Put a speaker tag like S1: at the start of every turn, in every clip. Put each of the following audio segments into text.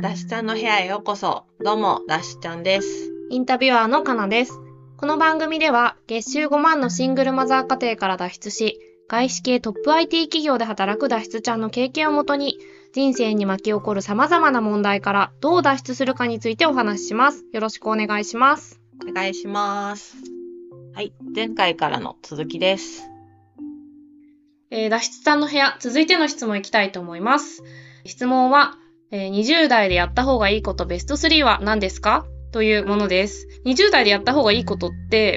S1: ダシちゃんの部屋へようこそ。どうも、ダシちゃんです。
S2: インタビュアーのかなです。この番組では月収5万のシングルマザー家庭から脱出し、外資系トップ IT 企業で働く脱出ちゃんの経験をもとに、人生に巻き起こる様々な問題からどう脱出するかについてお話しします。よろしくお願いします。
S1: お願いします。はい、前回からの続きです。
S2: 脱出ちゃんの部屋、続いての質問いきたいと思います。質問は、20代でやった方がいいことベスト3は何ですかというものです。20代でやった方がいいことって、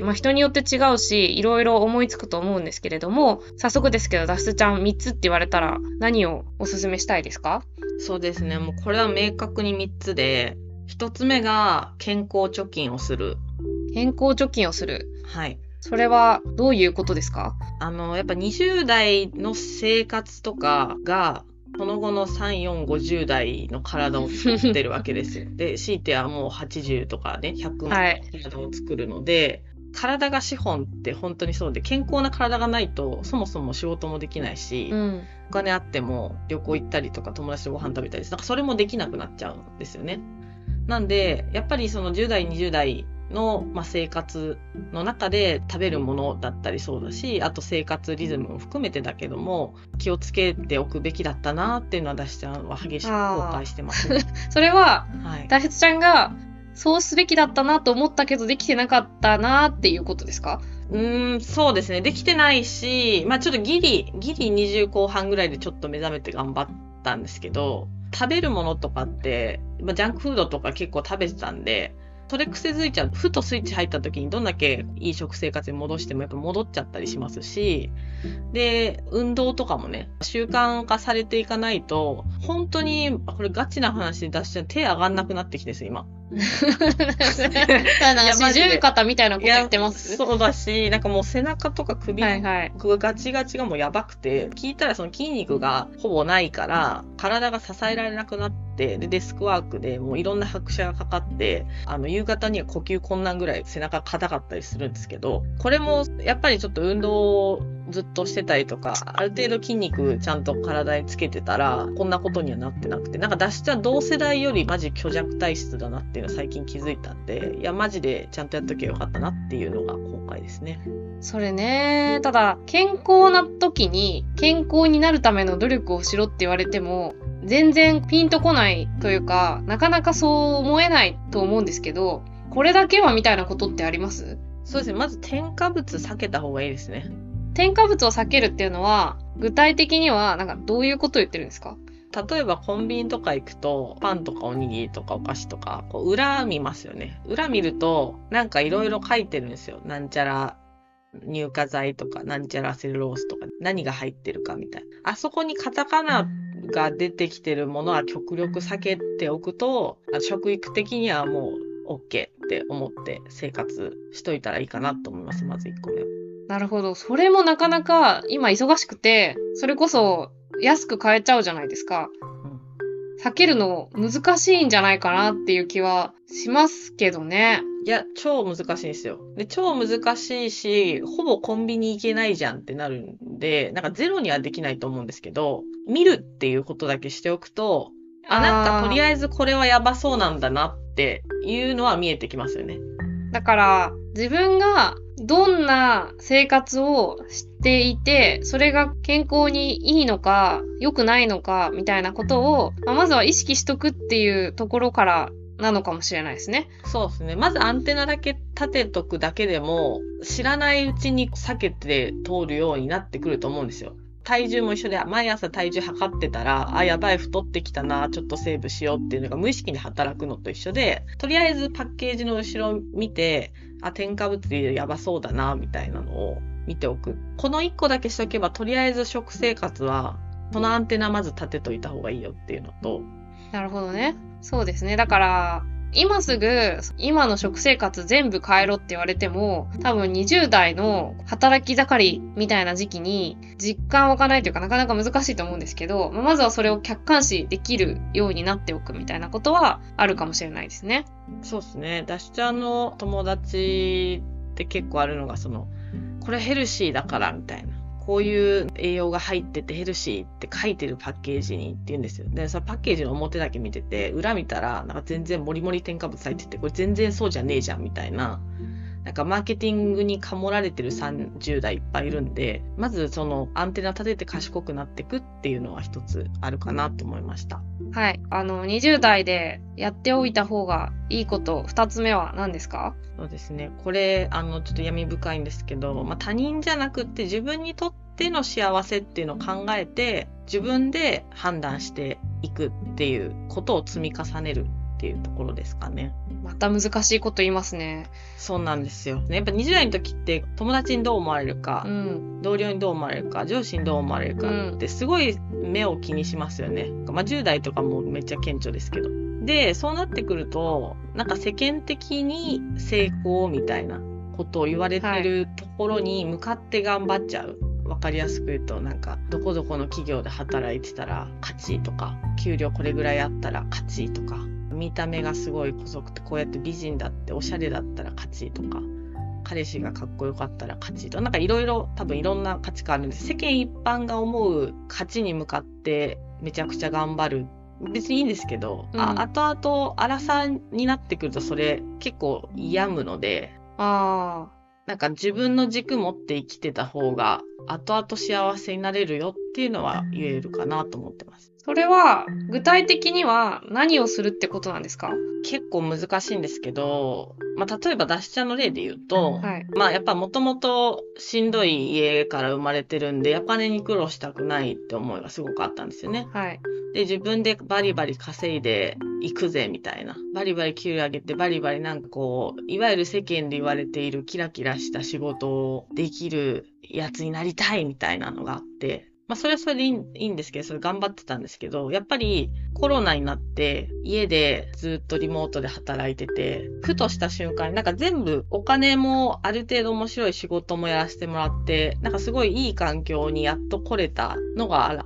S2: 人によって違うし、いろいろ思いつくと思うんですけれども、早速ですけど、脱出ちゃん3つって言われたら何をおすすめしたいですか？
S1: そうですね、もうこれは明確に3つで、1つ目が健康貯金をする。
S2: 健康貯金をする。
S1: はい。
S2: それはどういうことですか？
S1: やっぱ20代の生活とかが、その後の3、4、50代の体を作ってるわけですよ。で、強いてはもう80とかね、100の体を作るので、体が資本って本当にそうで、健康な体がないとそもそも仕事もできないし、お金あっても旅行行ったりとか友達とご飯食べたり、なんかそれもできなくなっちゃうんですよね。なんで、やっぱりその10代、20代の、生活の中で食べるものだったりそうだし、あと生活リズムも含めてだけども、気をつけておくべきだったなっていうのはダシちゃんは激しく後悔してます。
S2: それは、ダシちゃんがそうすべきだったなと思ったけどできてなかったなっていうことですか？
S1: そうですね。できてないし、ちょっとギリ20後半ぐらいでちょっと目覚めて頑張ったんですけど、食べるものとかって、ジャンクフードとか結構食べてたんで、それ癖づいちゃう。ふとスイッチ入った時にどんだけいい食生活に戻してもやっぱ戻っちゃったりしますし、で、運動とかもね、習慣化されていかないと、本当に、これガチな話で出しちゃう手上がんなくなってきてです、今。
S2: 四十肩みたいなこと言ってます？
S1: そうだし、なんかもう背中とか首、ガチガチがもうやばくて、聞いたらその筋肉がほぼないから、体が支えられなくなって、で、デスクワークでもういろんな拍車がかかって、夕方には呼吸困難ぐらい背中硬かったりするんですけど、これもやっぱりちょっと運動をずっとしてたりとか、ある程度筋肉ちゃんと体につけてたら、こんなことにはなってなくて、なんかダシちゃん同世代よりマジ虚弱体質だなっていうのを最近気づいたんで、いやマジでちゃんとやっときゃよかったなっていうのが後悔ですね。
S2: それね、ただ健康な時に健康になるための努力をしろって言われても、全然ピンとこないというか、なかなかそう思えないと思うんですけど、これだけはみたいなことってあります？
S1: そうですね。まず添加物避けた方がいいですね。
S2: 添加物を避けるっていうのは、具体的にはなんかどういうことを言ってるんですか？
S1: 例えばコンビニとか行くと、パンとかおにぎりとかお菓子とか、裏見ますよね。裏見ると、なんかいろいろ書いてるんですよ。なんちゃら乳化剤とか、なんちゃらセルロースとか、何が入ってるかみたいな。あそこにカタカナが出てきてるものは極力避けておくと、食育的にはもう OK って思って生活しといたらいいかなと思います。まず1個目は。
S2: なるほど。それもなかなか今忙しくて、それこそ安く買えちゃうじゃないですか。避けるの難しいんじゃないかなっていう気はしますけどね。
S1: いや、超難しいんですよ。で、超難しいし、ほぼコンビニ行けないじゃんってなるんで、なんかゼロにはできないと思うんですけど、見るっていうことだけしておくと、なんかとりあえずこれはやばそうなんだなっていうのは見えてきますよね。
S2: だから、自分がどんな生活をしていて、それが健康にいいのか、良くないのか、みたいなことを、まずは意識しとくっていうところからなのかもしれないですね。
S1: そうですね。まずアンテナだけ立てとくだけでも、知らないうちに避けて通るようになってくると思うんですよ。体重も一緒で、毎朝体重測ってたら、やばい、太ってきたな、ちょっとセーブしようっていうのが無意識に働くのと一緒で、とりあえずパッケージの後ろを見て、添加物でやばそうだな、みたいなのを見ておく。この1個だけしとけば、とりあえず食生活は、そのアンテナまず立てといた方がいいよっていうのと。
S2: なるほどね。そうですね。だから、今すぐ、今の食生活全部変えろって言われても、多分20代の働き盛りみたいな時期に実感湧かないというかなかなか難しいと思うんですけど、まずはそれを客観視できるようになっておくみたいなことはあるかもしれないですね。
S1: そうですね。ダシちゃんの友達って結構あるのが、これヘルシーだからみたいな。 こういう栄養が入っててヘルシーって書いてるパッケージにって言うんですよ。で、そのパッケージの表だけ見てて、裏見たら、なんか全然もりもり添加物入ってて、これ全然そうじゃねえじゃんみたいな。なんかマーケティングにかもられてる30代いっぱいいるんで、まずそのアンテナ立てて賢くなっていくっていうのは一つあるかなと思いました。
S2: はい。20代でやっておいた方がいいこと、2つ目は何ですか？
S1: そうですね。これ、ちょっと闇深いんですけど、他人じゃなくって自分にとっての幸せっていうのを考えて、自分で判断していくっていうことを積み重ねるっていうところですかね。
S2: また難しいこと言いますね。
S1: そうなんですよ。やっぱ20代の時って友達にどう思われるか、同僚にどう思われるか、上司にどう思われるかってすごい目を気にしますよね。10代とかもめっちゃ顕著ですけど。で、そうなってくると、なんか世間的に成功みたいなことを言われてるところに向かって頑張っちゃう。わかりやすく言うと、なんか、どこどこの企業で働いてたら勝ちとか、給料これぐらいあったら勝ちとか、見た目がすごい細くてこうやって美人だっておしゃれだったら勝ちとか、彼氏がかっこよかったら勝ちとか、なんかいろいろ多分いろんな価値観あるんです。世間一般が思う勝ちに向かってめちゃくちゃ頑張る。別にいいんですけど、後々アラサーになってくるとそれ結構病むので、なんか自分の軸持って生きてた方が後々幸せになれるよっていうのは言えるかなと思ってます。
S2: それは具体的には何をするってことなんですか？
S1: 結構難しいんですけど、例えばダッシュちゃんの例で言うと、やっぱもともとしんどい家から生まれてるんで、お金に苦労したくないって思いがすごくあったんですよね。で、自分でバリバリ稼いでいくぜみたいな。バリバリ給料上げてバリバリなんかこう、いわゆる世間で言われているキラキラした仕事をできるやつになりたいみたいなのがあって、それはそれでいいんですけど、それ頑張ってたんですけど、やっぱりコロナになって家でずっとリモートで働いてて、ふとした瞬間になんか全部お金もある程度面白い仕事もやらせてもらって、なんかすごいいい環境にやっと来れたのが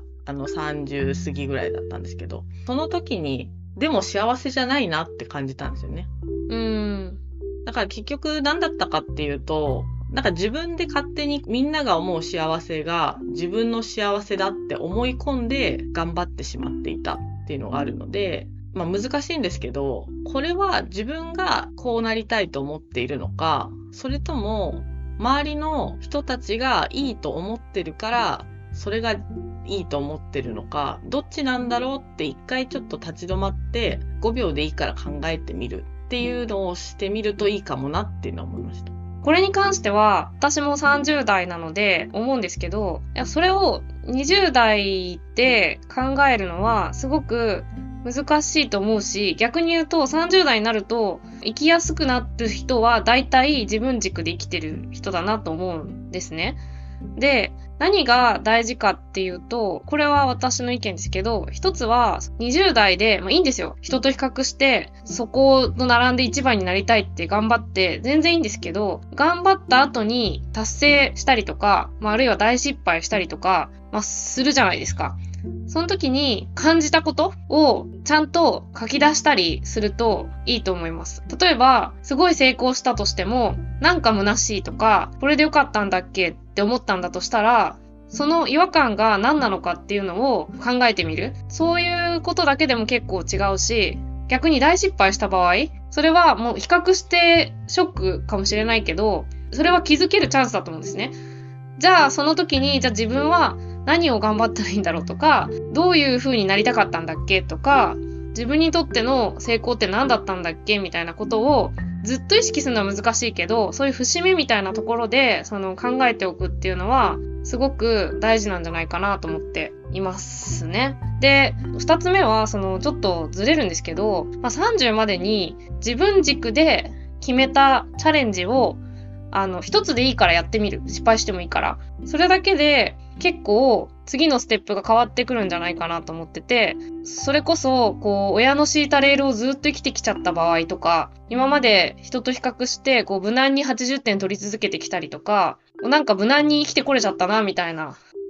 S1: 30過ぎぐらいだったんですけど、その時にでも幸せじゃないなって感じたんですよね。だから結局何だったかっていうと、なんか自分で勝手にみんなが思う幸せが自分の幸せだって思い込んで頑張ってしまっていたっていうのがあるので、難しいんですけど、これは自分がこうなりたいと思っているのか、それとも周りの人たちがいいと思ってるからそれがいいと思ってるのか、どっちなんだろうって一回ちょっと立ち止まって5秒でいいから考えてみるっていうのをしてみるといいかもなっていうのは思いました。
S2: これに関しては私も30代なので思うんですけど、それを20代で考えるのはすごく難しいと思うし、逆に言うと30代になると生きやすくなる人は大体自分軸で生きてる人だなと思うんですね。で、何が大事かっていうと、これは私の意見ですけど、一つは20代で、いいんですよ。人と比較して、そこと並んで一番になりたいって頑張って全然いいんですけど、頑張った後に達成したりとか、あるいは大失敗したりとか、するじゃないですか。その時に感じたことをちゃんと書き出したりするといいと思います。例えば、すごい成功したとしても、なんか虚しいとか、これでよかったんだっけって思ったんだとしたら、その違和感が何なのかっていうのを考えてみる。そういうことだけでも結構違うし、逆に大失敗した場合、それはもう比較してショックかもしれないけど、それは気づけるチャンスだと思うんですね。じゃあその時に、じゃあ自分は何を頑張ったらいいんだろうとか、どういう風になりたかったんだっけとか、自分にとっての成功って何だったんだっけみたいなことをずっと意識するのは難しいけど、そういう節目みたいなところで考えておくっていうのはすごく大事なんじゃないかなと思っていますね。で、二つ目はちょっとずれるんですけど、30までに自分軸で決めたチャレンジを一つでいいからやってみる。失敗してもいいから。それだけで結構次のステップが変わってくるんじゃないかなと思ってて、それこそ親の敷いたレールをずっと生きてきちゃった場合とか、今まで人と比較して無難に80点取り続けてきたりとか、なんか無難に生きてこれちゃったなみたいな。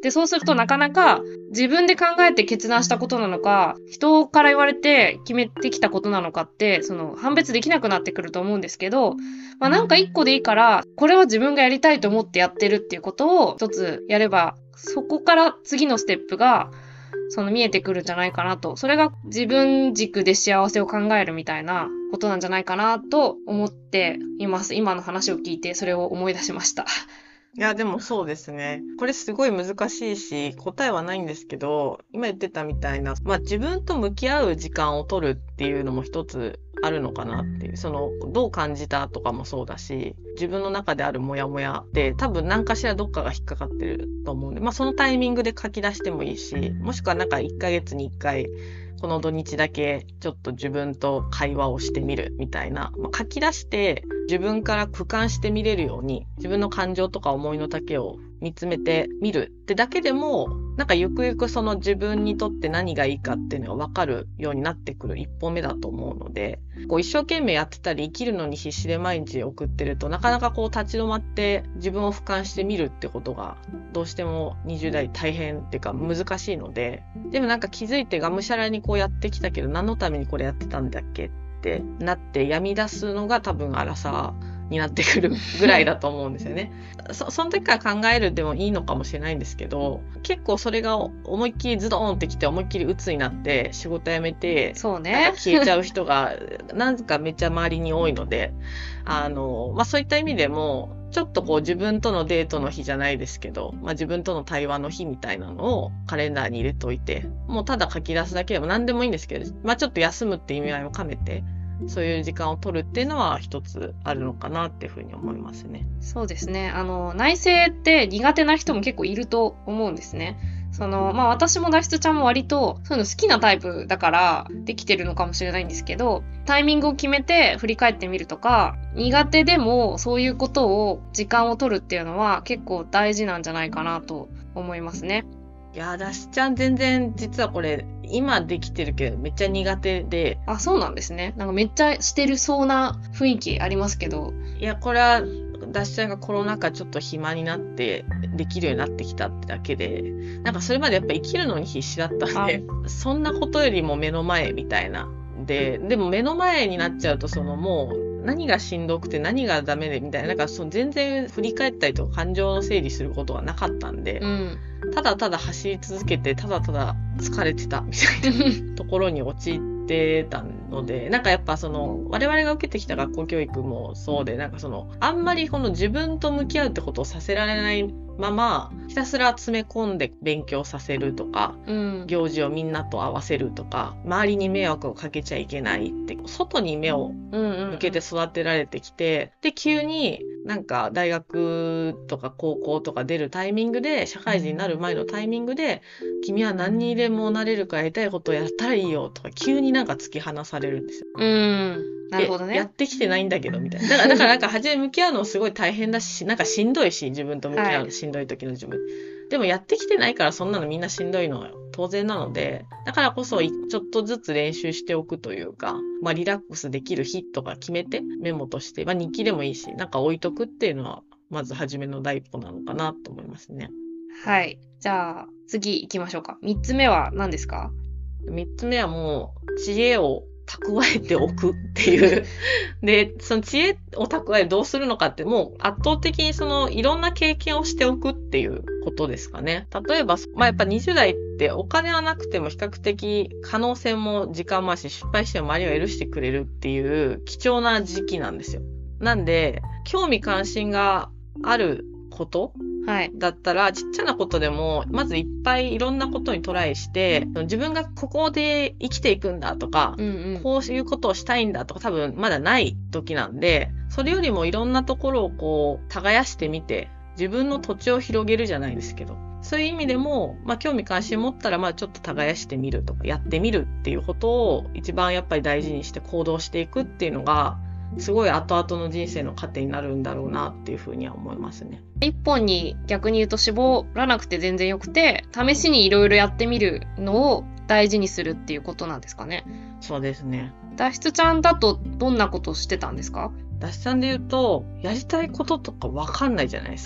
S2: で、そうするとなかなか自分で考えて決断したことなのか、人から言われて決めてきたことなのかって、判別できなくなってくると思うんですけど、なんか一個でいいから、これは自分がやりたいと思ってやってるっていうことを一つやれば、そこから次のステップが、見えてくるんじゃないかなと。それが自分軸で幸せを考えるみたいなことなんじゃないかなと思っています。今の話を聞いてそれを思い出しました。
S1: いや、でもそうですね。これすごい難しいし、答えはないんですけど、今言ってたみたいな、自分と向き合う時間を取るっていうのも一つあるのかなっていう、どう感じたとかもそうだし、自分の中であるモヤモヤって多分何かしらどっかが引っかかってると思うんで、そのタイミングで書き出してもいいし、もしくは1ヶ月に1回、この土日だけちょっと自分と会話をしてみるみたいな、書き出して自分から俯瞰してみれるように、自分の感情とか思いの丈を見つめてみるってだけでも、ゆくゆく自分にとって何がいいかっていうのが分かるようになってくる一歩目だと思うので、一生懸命やってたり生きるのに必死で毎日送ってると、なかなか立ち止まって自分を俯瞰してみるってことがどうしても20代大変っていうか難しいので、でも気づいてがむしゃらにやってきたけど何のためにこれやってたんだっけってなって病み出すのが多分荒さになってくるぐらいだと思うんですよね。その時から考えるでもいいのかもしれないんですけど、結構それが思いっきりズドーンってきて思いっきり鬱になって仕事辞めて、
S2: そうね、
S1: 消えちゃう人がなんかめっちゃ周りに多いので、そういった意味でもちょっと自分とのデートの日じゃないですけど、自分との対話の日みたいなのをカレンダーに入れといて、もうただ書き出すだけでも何でもいいんですけど、ちょっと休むって意味合いも兼ねて、そういう時間を取るっていうのは一つあるのかなっていうふうに思いますね。
S2: そうですね。内省って苦手な人も結構いると思うんですね。私も脱出ちゃんも割とそういうの好きなタイプだからできてるのかもしれないんですけど、タイミングを決めて振り返ってみるとか、苦手でもそういうことを時間を取るっていうのは結構大事なんじゃないかなと思いますね。
S1: いや、脱出ちゃん全然実はこれ今できてるけどめっちゃ苦手で。
S2: あ、そうなんですね。めっちゃしてるそうな雰囲気ありますけど。
S1: いや、これは脱出ちゃんがコロナ禍ちょっと暇になってできるようになってきたってだけで、それまでやっぱ生きるのに必死だったんで、そんなことよりも目の前みたいな。でも目の前になっちゃうともう何がしんどくて何がダメでみたいな、全然振り返ったりとか感情の整理することはなかったんで、ただただ走り続けてただただ疲れてたみたいなところに陥ってたので、やっぱ我々が受けてきた学校教育もそうで、あんまり自分と向き合うってことをさせられないままひたすら詰め込んで勉強させるとか、行事をみんなと合わせるとか、周りに迷惑をかけちゃいけないって外に目を向けて育てられてきて、で急に大学とか高校とか出るタイミングで、社会人になる前のタイミングで、君は何にでもなれるからやりたいことをやったらいいよとか急に突き放されるんですよ。
S2: なるほどね。
S1: やってきてないんだけどみたいな。だから初め向き合うのすごい大変だし、しんどいし、自分と向き合うのしんどい時の自分。でもやってきてないからそんなのみんなしんどいのよ。当然なので、だからこそちょっとずつ練習しておくというか、リラックスできる日とか決めてメモとして、日記でもいいし、置いとくっていうのはまず初めの第一歩なのかなと思いますね。
S2: はい。じゃあ次行きましょうか。3つ目は何ですか
S1: ？3つ目はもう知恵を蓄えておくっていう。で、その知恵を蓄えどうするのかって、もう圧倒的にいろんな経験をしておくっていうことですかね。例えば、やっぱ20代ってお金はなくても比較的可能性も時間もあるし、失敗しても周りは許してくれるっていう貴重な時期なんですよ。なんで、興味関心があることだったら、ちっちゃなことでもまずいっぱいいろんなことにトライして、自分がここで生きていくんだとか、こういうことをしたいんだとか多分まだない時なんで、それよりもいろんなところを耕してみて、自分の土地を広げるじゃないですけど、そういう意味でも、興味関心持ったらちょっと耕してみるとかやってみるっていうことを一番やっぱり大事にして行動していくっていうのが、すごい後々の人生の糧になるんだろうなっていうふうには思いますね。
S2: 一本に逆に言うと絞らなくて全然よくて、試しにいろいろやってみるのを大事にするっていうことなんですかね。
S1: そうですね。
S2: 脱出ちゃんだとどんなことをしてたんですか？
S1: 脱出ちゃんで言うと、やりたいこととかわかんないじゃないですか。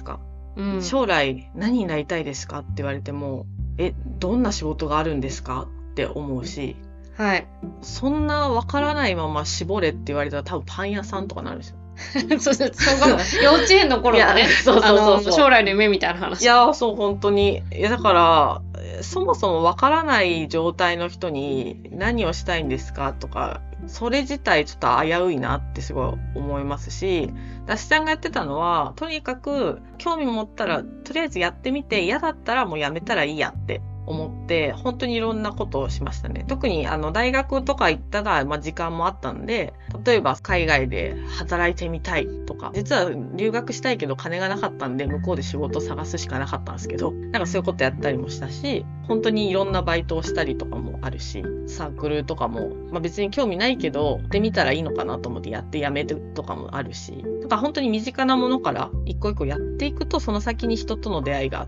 S1: 将来何になりたいですかって言われても、どんな仕事があるんですかって思うし、
S2: はい。
S1: そんなわからないまま絞れって言われたら多分パン屋さんとかなるんですよ。
S2: そう幼稚園の頃のね、将来の夢みたいな話。
S1: いや、そう、本当に。いや、だから、そもそもわからない状態の人に何をしたいんですかとか、それ自体ちょっと危ういなってすごい思いますし、だしちゃんがやってたのは、とにかく興味持ったら、とりあえずやってみて、嫌だったらもうやめたらいいやって思って、本当にいろんなことをしましたね。特に大学とか行ったら、時間もあったんで、例えば海外で働いてみたいとか、実は留学したいけど金がなかったんで、向こうで仕事探すしかなかったんですけど、なんかそういうことやったりもしたし、本当にいろんなバイトをしたりとかもあるし、サークルとかも、別に興味ないけど、やってみたらいいのかなと思ってやってやめるとかもあるし、とか本当に身近なものから一個一個やっていくと、その先に人との出会いがあって、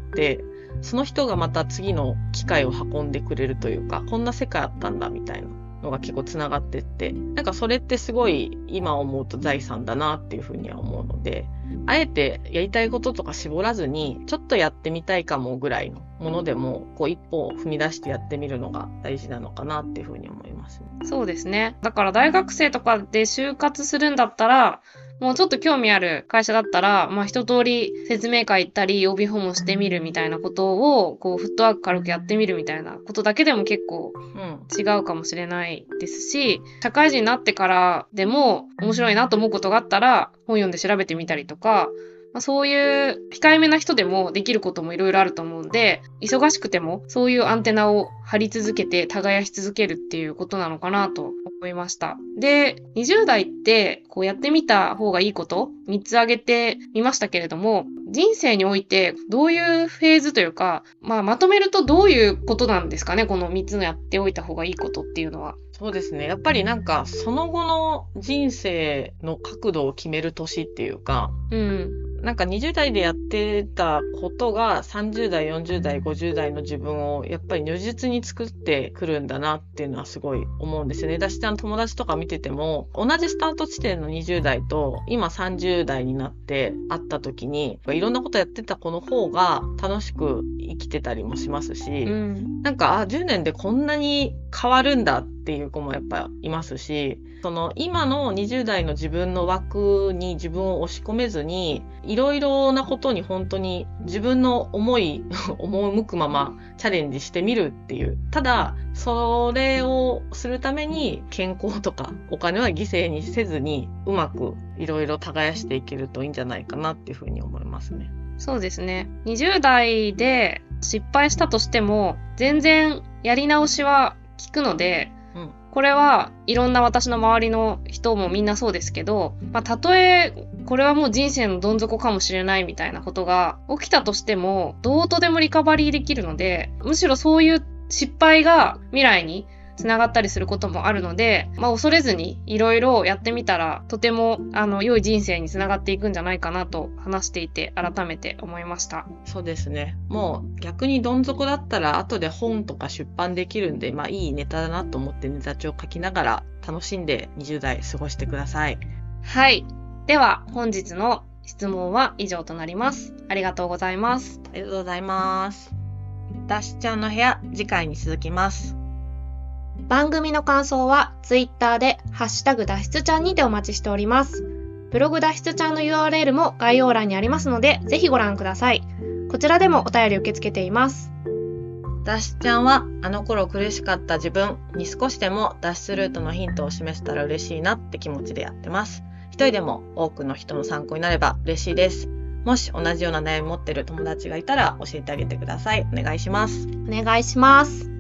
S1: その人がまた次の機会を運んでくれるというか、こんな世界あったんだみたいなのが結構つながってって、なんかそれってすごい今思うと財産だなっていうふうには思うので、あえてやりたいこととか絞らずに、ちょっとやってみたいかもぐらいのものでも、一歩踏み出してやってみるのが大事なのかなっていうふうに思いますね。
S2: そうですね。だから大学生とかで就活するんだったら、もうちょっと興味ある会社だったら、一通り説明会行ったり、予備訪問してみるみたいなことを、フットワーク軽くやってみるみたいなことだけでも結構違うかもしれないですし、社会人になってからでも面白いなと思うことがあったら、本読んで調べてみたりとか、そういう控えめな人でもできることもいろいろあると思うんで、忙しくてもそういうアンテナを張り続けて耕し続けるっていうことなのかなと思いました。で、20代ってやってみた方がいいこと3つ挙げてみましたけれども、人生においてどういうフェーズというか、まとめるとどういうことなんですかね、この3つのやっておいた方がいいことっていうのは。
S1: そうですね。やっぱりなんかその後の人生の角度を決める年っていうか、なんか20代でやってたことが30代、40代、50代の自分をやっぱり如実に作ってくるんだなっていうのはすごい思うんですよね。だし友達とか見てても、同じスタート地点の20代と今30代になって会った時に、いろんなことやってた子の方が楽しく生きてたりもしますし、なんか10年でこんなに変わるんだっていう子もやっぱいますし、その今の20代の自分の枠に自分を押し込めずに、いろいろなことに本当に自分の赴くままチャレンジしてみるっていう。ただ、それをするために健康とかお金は犠牲にせずに、うまくいろいろ耕していけるといいんじゃないかなっていうふうに思いますね。
S2: そうですね。20代で失敗したとしても、全然やり直しは効くので、これはいろんな私の周りの人もみんなそうですけど、たとえこれはもう人生のどん底かもしれないみたいなことが起きたとしても、どうとでもリカバリーできるので、むしろそういう失敗が未来につながったりすることもあるので、恐れずにいろいろやってみたら、とても良い人生につながっていくんじゃないかなと話していて改めて思いました。
S1: そうですね。もう逆にどん底だったら後で本とか出版できるんで、いいネタだなと思ってネタ帳書きながら楽しんで20代過ごしてください。
S2: はい。では本日の質問は以上となります。ありがとうございます。
S1: ありがとうございます。だしちゃんの部屋、次回に続きます。
S2: 番組の感想はツイッターでハッシュタグ脱出ちゃんにてお待ちしております。ブログ脱出ちゃんの URL も概要欄にありますので、ぜひご覧ください。こちらでもお便り受け付けています。
S1: 脱出ちゃんはあの頃苦しかった自分に少しでも脱出ルートのヒントを示せたら嬉しいなって気持ちでやってます。一人でも多くの人の参考になれば嬉しいです。もし同じような悩み持ってる友達がいたら教えてあげてください。お願いします。
S2: お願いします。